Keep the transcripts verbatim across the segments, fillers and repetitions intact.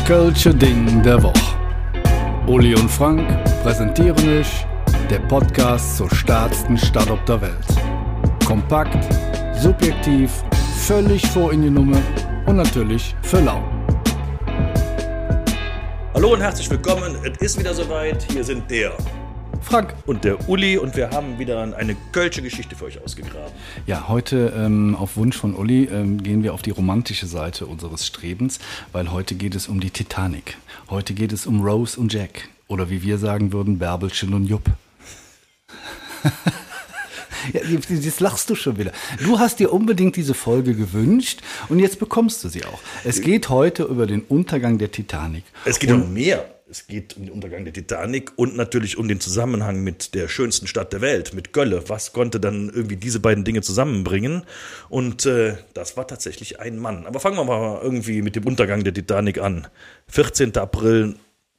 Kölsche Ding der Woche. Uli und Frank präsentieren euch der Podcast zur stärksten Stadt auf der Welt. Kompakt, subjektiv, völlig vor in die Nummer und natürlich für lau. Hallo und herzlich willkommen, es ist wieder soweit, hier sind der Frank und der Uli und wir haben wieder eine kölsche Geschichte für euch ausgegraben. Ja, heute ähm, auf Wunsch von Uli ähm, gehen wir auf die romantische Seite unseres Strebens, weil heute geht es um die Titanic. Heute geht es um Rose und Jack oder wie wir sagen würden, Bärbelchen und Jupp. Ja, jetzt lachst du schon wieder. Du hast dir unbedingt diese Folge gewünscht und jetzt bekommst du sie auch. Es geht heute über den Untergang der Titanic. Es geht um mehr. Es geht um den Untergang der Titanic und natürlich um den Zusammenhang mit der schönsten Stadt der Welt, mit Gölle. Was konnte dann irgendwie diese beiden Dinge zusammenbringen? Und äh, das war tatsächlich ein Mann. Aber fangen wir mal irgendwie mit dem Untergang der Titanic an. vierzehnten April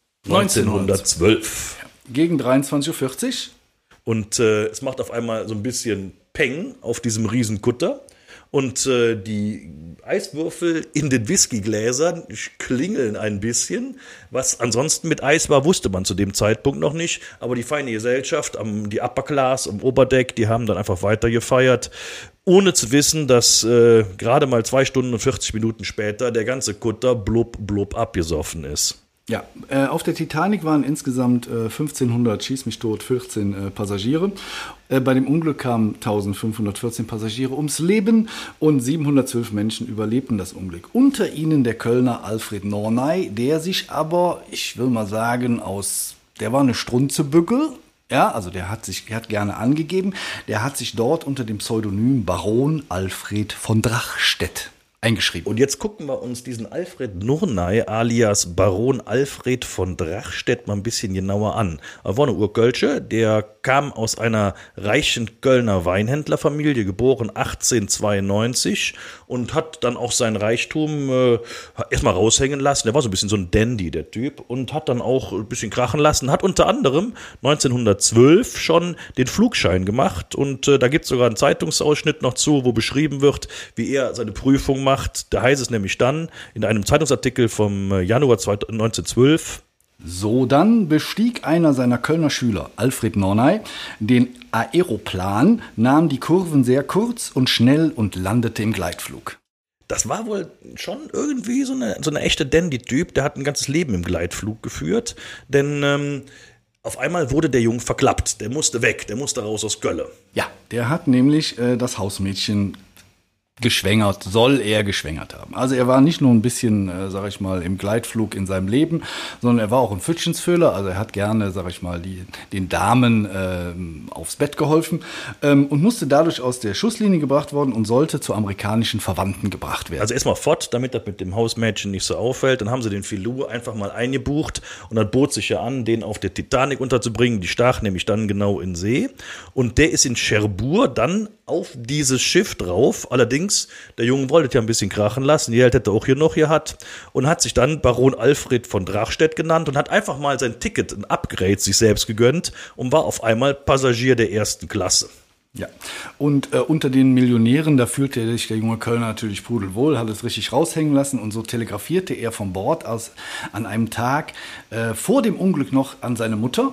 neunzehnhundertzwölf. Gegen dreiundzwanzig Uhr vierzig. Und äh, es macht auf einmal so ein bisschen Peng auf diesem Riesenkutter. Und äh, die Eiswürfel in den Whiskygläsern klingeln ein bisschen. Was ansonsten mit Eis war, wusste man zu dem Zeitpunkt noch nicht. Aber die feine Gesellschaft, am, die Upper Class am Oberdeck, die haben dann einfach weiter gefeiert, ohne zu wissen, dass äh, gerade mal zwei Stunden und vierzig Minuten später der ganze Kutter blub blub abgesoffen ist. Ja, äh, auf der Titanic waren insgesamt äh, fünfzehnhundert, schieß mich tot, vierzehn äh, Passagiere. Äh, bei dem Unglück kamen eintausendfünfhundertvierzehn Passagiere ums Leben und siebenhundertzwölf Menschen überlebten das Unglück. Unter ihnen der Kölner Alfred Nornay, der sich aber, ich will mal sagen, aus, der war eine Strunzebückel. Ja, also der hat sich, der hat gerne angegeben, der hat sich dort unter dem Pseudonym Baron Alfred von Drachstedt eingeschrieben. Und jetzt gucken wir uns diesen Alfred Nornay alias Baron Alfred von Drachstedt mal ein bisschen genauer an. Er war eine Urkölsche, der kam aus einer reichen Kölner Weinhändlerfamilie, geboren achtzehnhundertzweiundneunzig und hat dann auch sein Reichtum äh, erstmal raushängen lassen. Der war so ein bisschen so ein Dandy, der Typ, und hat dann auch ein bisschen krachen lassen, hat unter anderem neunzehnhundertzwölf schon den Flugschein gemacht und äh, da gibt es sogar einen Zeitungsausschnitt noch zu, wo beschrieben wird, wie er seine Prüfung macht. Da heißt es nämlich dann in einem Zeitungsartikel vom Januar neunzehnhundertzwölf: So, dann bestieg einer seiner Kölner Schüler, Alfred Nornay, den Aeroplan, nahm die Kurven sehr kurz und schnell und landete im Gleitflug. Das war wohl schon irgendwie so eine, so eine echte Dandy-Typ, der hat ein ganzes Leben im Gleitflug geführt, denn ähm, auf einmal wurde der Junge verklappt, der musste weg, der musste raus aus Gölle. Ja, der hat nämlich äh, das Hausmädchen geschwängert, soll er geschwängert haben. Also er war nicht nur ein bisschen, äh, sag ich mal, im Gleitflug in seinem Leben, sondern er war auch ein Pfütschensfüller, also er hat gerne, sag ich mal, die, den Damen äh, aufs Bett geholfen ähm, und musste dadurch aus der Schusslinie gebracht worden und sollte zu amerikanischen Verwandten gebracht werden. Also erstmal fort, damit das mit dem Hausmädchen nicht so auffällt, dann haben sie den Filou einfach mal eingebucht und dann bot sich ja an, den auf der Titanic unterzubringen, die stach nämlich dann genau in See und der ist in Cherbourg dann auf dieses Schiff drauf, allerdings der Junge wollte ja ein bisschen krachen lassen, die Geld hätte auch hier noch hier hat und hat sich dann Baron Alfred von Drachstedt genannt und hat einfach mal sein Ticket, ein Upgrade sich selbst gegönnt und war auf einmal Passagier der ersten Klasse. Ja, und äh, unter den Millionären, da fühlte sich der junge Kölner natürlich pudelwohl, hat es richtig raushängen lassen und so telegrafierte er von Bord aus an einem Tag äh, vor dem Unglück noch an seine Mutter.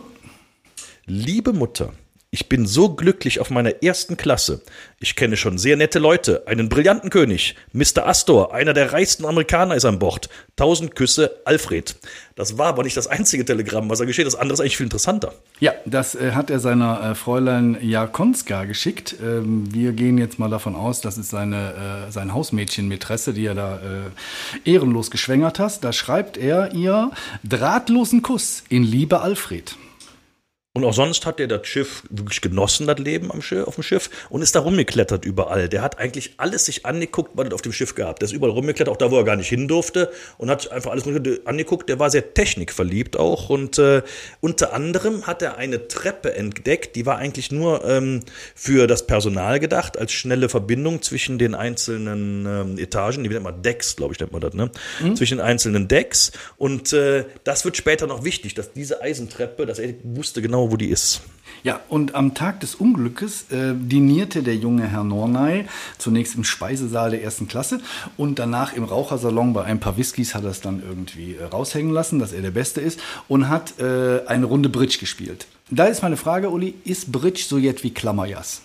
Liebe Mutter, ich bin so glücklich auf meiner ersten Klasse. Ich kenne schon sehr nette Leute, einen brillanten König. Mister Astor, einer der reichsten Amerikaner, ist an Bord. Tausend Küsse, Alfred. Das war aber nicht das einzige Telegramm, was er geschickt hat. Das andere ist eigentlich viel interessanter. Ja, das äh, hat er seiner äh, Fräulein Jakonska geschickt. Ähm, wir gehen jetzt mal davon aus, das ist seine, äh, sein Hausmädchen Mätresse, die er da äh, ehrenlos geschwängert hat. Da schreibt er ihr drahtlosen Kuss in Liebe Alfred. Und auch sonst hat der das Schiff wirklich genossen, das Leben am Schiff, auf dem Schiff, und ist da rumgeklettert überall. Der hat eigentlich alles sich angeguckt, was er auf dem Schiff gehabt. Der ist überall rumgeklettert, auch da, wo er gar nicht hin durfte, und hat einfach alles angeguckt. Der war sehr technikverliebt auch, und äh, unter anderem hat er eine Treppe entdeckt, die war eigentlich nur ähm, für das Personal gedacht, als schnelle Verbindung zwischen den einzelnen ähm, Etagen, die nennt man Decks, glaube ich, nennt man das, ne? Mhm. Zwischen den einzelnen Decks, und äh, das wird später noch wichtig, dass diese Eisentreppe, dass er wusste genau, genau, wo die ist. Ja, und am Tag des Unglückes äh, dinierte der junge Herr Nornay zunächst im Speisesaal der ersten Klasse und danach im Rauchersalon bei ein paar Whiskys hat er es dann irgendwie äh, raushängen lassen, dass er der Beste ist und hat äh, eine Runde Bridge gespielt. Da ist meine Frage, Uli, ist Bridge so jetzt wie Klammerjas?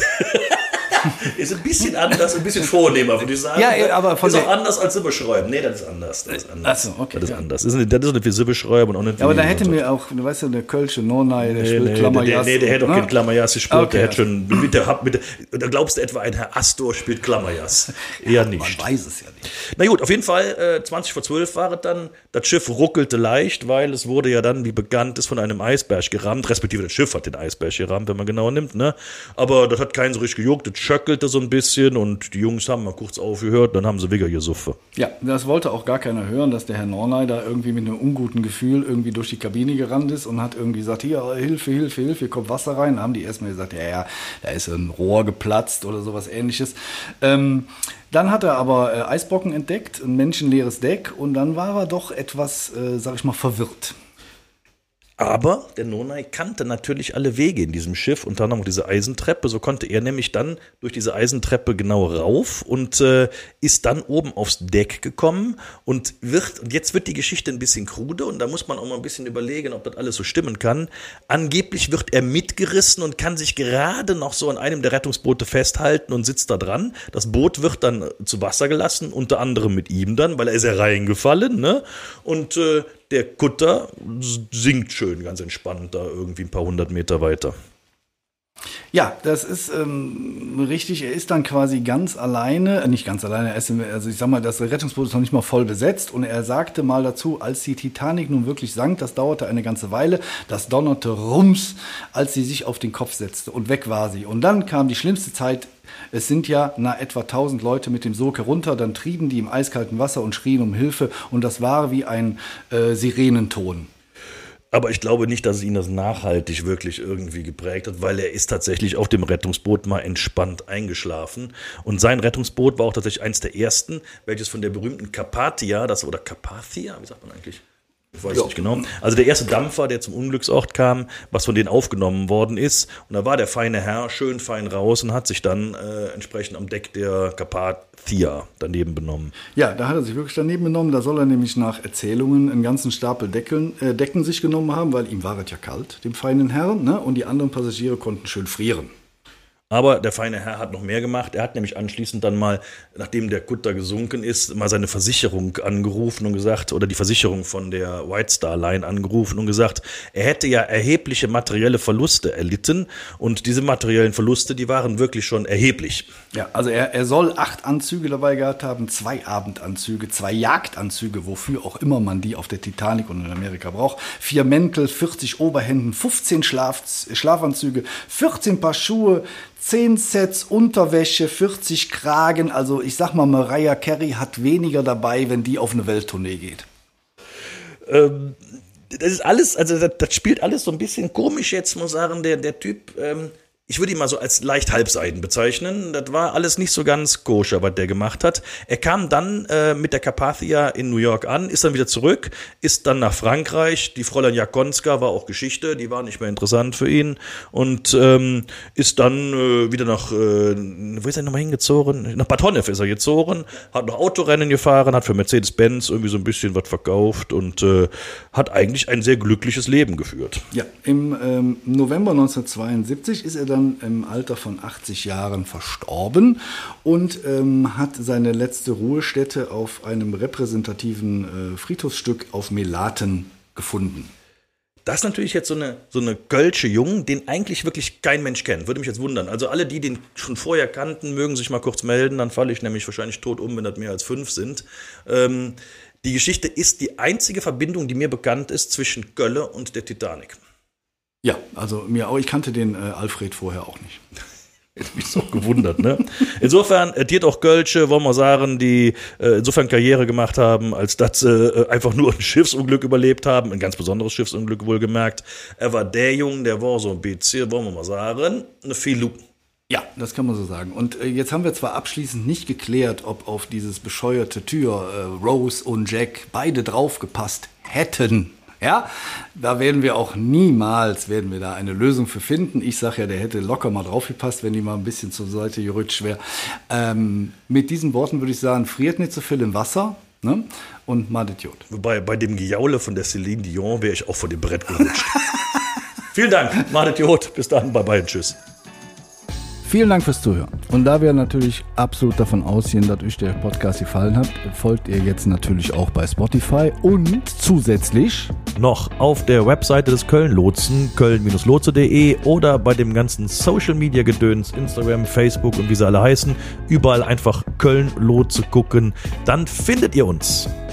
Ist ein bisschen anders, ein bisschen vornehmer, würde ich sagen. Ja, aber von ist auch anders als Silberschreiben. Nee, das ist anders. Das ist anders. Ach so, okay. Das ist ja. anders. Das ist, das ist nicht wie Silberschreiben und auch nicht wie. Ja, aber da hätte mir auch, du weißt ja, der Kölsche Nornay, der nee, spielt nee, Klammerjas. Nee, der hätte doch kein Klammerjas gespielt. Okay. Der hätte schon mit der, mit der, da glaubst du etwa, ein Herr Astor spielt Klammerjas. Eher nicht. Man weiß es ja nicht. Na gut, auf jeden Fall, äh, zwanzig vor zwölf war es dann. Das Schiff ruckelte leicht, weil es wurde ja dann, wie bekannt ist, von einem Eisberg gerammt. Respektive das Schiff hat den Eisberg gerammt, wenn man genauer nimmt. Ne? Aber das hat keinen so richtig gejuckt. Das schöckelte so ein bisschen und die Jungs haben mal kurz aufgehört, dann haben sie wieder gesuffen. Ja, das wollte auch gar keiner hören, dass der Herr Nornay da irgendwie mit einem unguten Gefühl irgendwie durch die Kabine gerannt ist und hat irgendwie gesagt, hier, Hilfe, Hilfe, Hilfe, hier kommt Wasser rein. Da haben die erstmal gesagt, ja, ja, da ist ein Rohr geplatzt oder sowas Ähnliches. Ähm, dann hat er aber äh, Eisbrocken entdeckt, ein menschenleeres Deck und dann war er doch etwas, äh, sag ich mal, verwirrt. Aber der Nornay kannte natürlich alle Wege in diesem Schiff, unter anderem auch diese Eisentreppe. So konnte er nämlich dann durch diese Eisentreppe genau rauf und äh, ist dann oben aufs Deck gekommen und wird, und jetzt wird die Geschichte ein bisschen krude und da muss man auch mal ein bisschen überlegen, ob das alles so stimmen kann. Angeblich wird er mitgerissen und kann sich gerade noch so an einem der Rettungsboote festhalten und sitzt da dran. Das Boot wird dann zu Wasser gelassen, unter anderem mit ihm dann, weil er ist ja reingefallen, ne? Und äh, der Kutter sinkt schön, ganz entspannt da irgendwie ein paar hundert Meter weiter. Ja, das ist ähm, richtig. Er ist dann quasi ganz alleine, äh, nicht ganz alleine, er ist, also ich sag mal, das Rettungsboot ist noch nicht mal voll besetzt und er sagte mal dazu, als die Titanic nun wirklich sank, das dauerte eine ganze Weile, das donnerte rums, als sie sich auf den Kopf setzte und weg war sie. Und dann kam die schlimmste Zeit. Es sind ja na etwa tausend Leute mit dem Sog herunter, dann trieben die im eiskalten Wasser und schrien um Hilfe und das war wie ein äh, Sirenenton. Aber ich glaube nicht, dass es ihn das nachhaltig wirklich irgendwie geprägt hat, weil er ist tatsächlich auf dem Rettungsboot mal entspannt eingeschlafen. Und sein Rettungsboot war auch tatsächlich eins der ersten, welches von der berühmten Carpathia, das oder Carpathia, wie sagt man eigentlich? Ich weiß jo. nicht genau. Also der erste Dampfer, der zum Unglücksort kam, was von denen aufgenommen worden ist. Und da war der feine Herr schön fein raus und hat sich dann äh, entsprechend am Deck der Carpathia daneben benommen. Ja, da hat er sich wirklich daneben benommen. Da soll er nämlich nach Erzählungen einen ganzen Stapel Deckeln, äh, Decken sich genommen haben, weil ihm war es ja kalt, dem feinen Herrn, ne? Und die anderen Passagiere konnten schön frieren. Aber der feine Herr hat noch mehr gemacht. Er hat nämlich anschließend dann mal, nachdem der Kutter gesunken ist, mal seine Versicherung angerufen und gesagt, oder die Versicherung von der White Star Line angerufen und gesagt, er hätte ja erhebliche materielle Verluste erlitten und diese materiellen Verluste, die waren wirklich schon erheblich. Ja, also er, er soll acht Anzüge dabei gehabt haben, zwei Abendanzüge, zwei Jagdanzüge, wofür auch immer man die auf der Titanic und in Amerika braucht, vier Mäntel, vierzig Oberhemden, fünfzehn Schlaf, Schlafanzüge, vierzehn Paar Schuhe, zehn Sets Unterwäsche, vierzig Kragen. Also ich sag mal, Mariah Carey hat weniger dabei, wenn die auf eine Welttournee geht. Ähm, das ist alles, also das, das spielt alles so ein bisschen komisch jetzt, muss ich sagen, der, der Typ, ähm, ich würde ihn mal so als leicht Halbseiden bezeichnen. Das war alles nicht so ganz koscher, was der gemacht hat. Er kam dann äh, mit der Carpathia in New York an, ist dann wieder zurück, ist dann nach Frankreich. Die Fräulein Jakonska war auch Geschichte, die war nicht mehr interessant für ihn. Und ähm, ist dann äh, wieder nach, äh, wo ist er nochmal hingezogen? Nach Bad Honnef ist er gezogen, hat noch Autorennen gefahren, hat für Mercedes-Benz irgendwie so ein bisschen was verkauft und äh, hat eigentlich ein sehr glückliches Leben geführt. Ja, im ähm, November neunzehnhundertzweiundsiebzig ist er dann im Alter von achtzig Jahren verstorben und ähm, hat seine letzte Ruhestätte auf einem repräsentativen äh, Friedhofsstück auf Melaten gefunden. Das ist natürlich jetzt so eine, so eine Kölsche Jung, den eigentlich wirklich kein Mensch kennt. Würde mich jetzt wundern. Also alle, die den schon vorher kannten, mögen sich mal kurz melden. Dann falle ich nämlich wahrscheinlich tot um, wenn das mehr als fünf sind. Ähm, die Geschichte ist die einzige Verbindung, die mir bekannt ist, zwischen Gölle und der Titanic. Ja, also mir auch, ich kannte den äh, Alfred vorher auch nicht. Hätte mich so gewundert, ne? Insofern, äh, die hat auch Kölsche, wollen wir sagen, die äh, insofern Karriere gemacht haben, als dass sie äh, einfach nur ein Schiffsunglück überlebt haben, ein ganz besonderes Schiffsunglück wohlgemerkt. Er war der Junge, der war so ein bisschen, wollen wir mal sagen, eine Filou. Ja, das kann man so sagen. Und äh, jetzt haben wir zwar abschließend nicht geklärt, ob auf dieses bescheuerte Tür äh, Rose und Jack beide draufgepasst hätten. Ja, da werden wir auch niemals, werden wir da eine Lösung für finden. Ich sage ja, der hätte locker mal draufgepasst, wenn die mal ein bisschen zur Seite gerutscht wäre. Ähm, mit diesen Worten würde ich sagen, friert nicht so viel im Wasser, ne? Und mal das Jod. Wobei, bei dem Gejaule von der Celine Dion wäre ich auch vor dem Brett gerutscht. Vielen Dank, macht Jod. Bis dann, bye bye, tschüss. Vielen Dank fürs Zuhören. Und da wir natürlich absolut davon ausgehen, dass euch der Podcast gefallen hat, folgt ihr jetzt natürlich auch bei Spotify und zusätzlich noch auf der Webseite des Köln-Lotsen, köln Bindestrich lotse punkt de oder bei dem ganzen Social-Media-Gedöns, Instagram, Facebook und wie sie alle heißen, überall einfach Köln-Lotse gucken, dann findet ihr uns.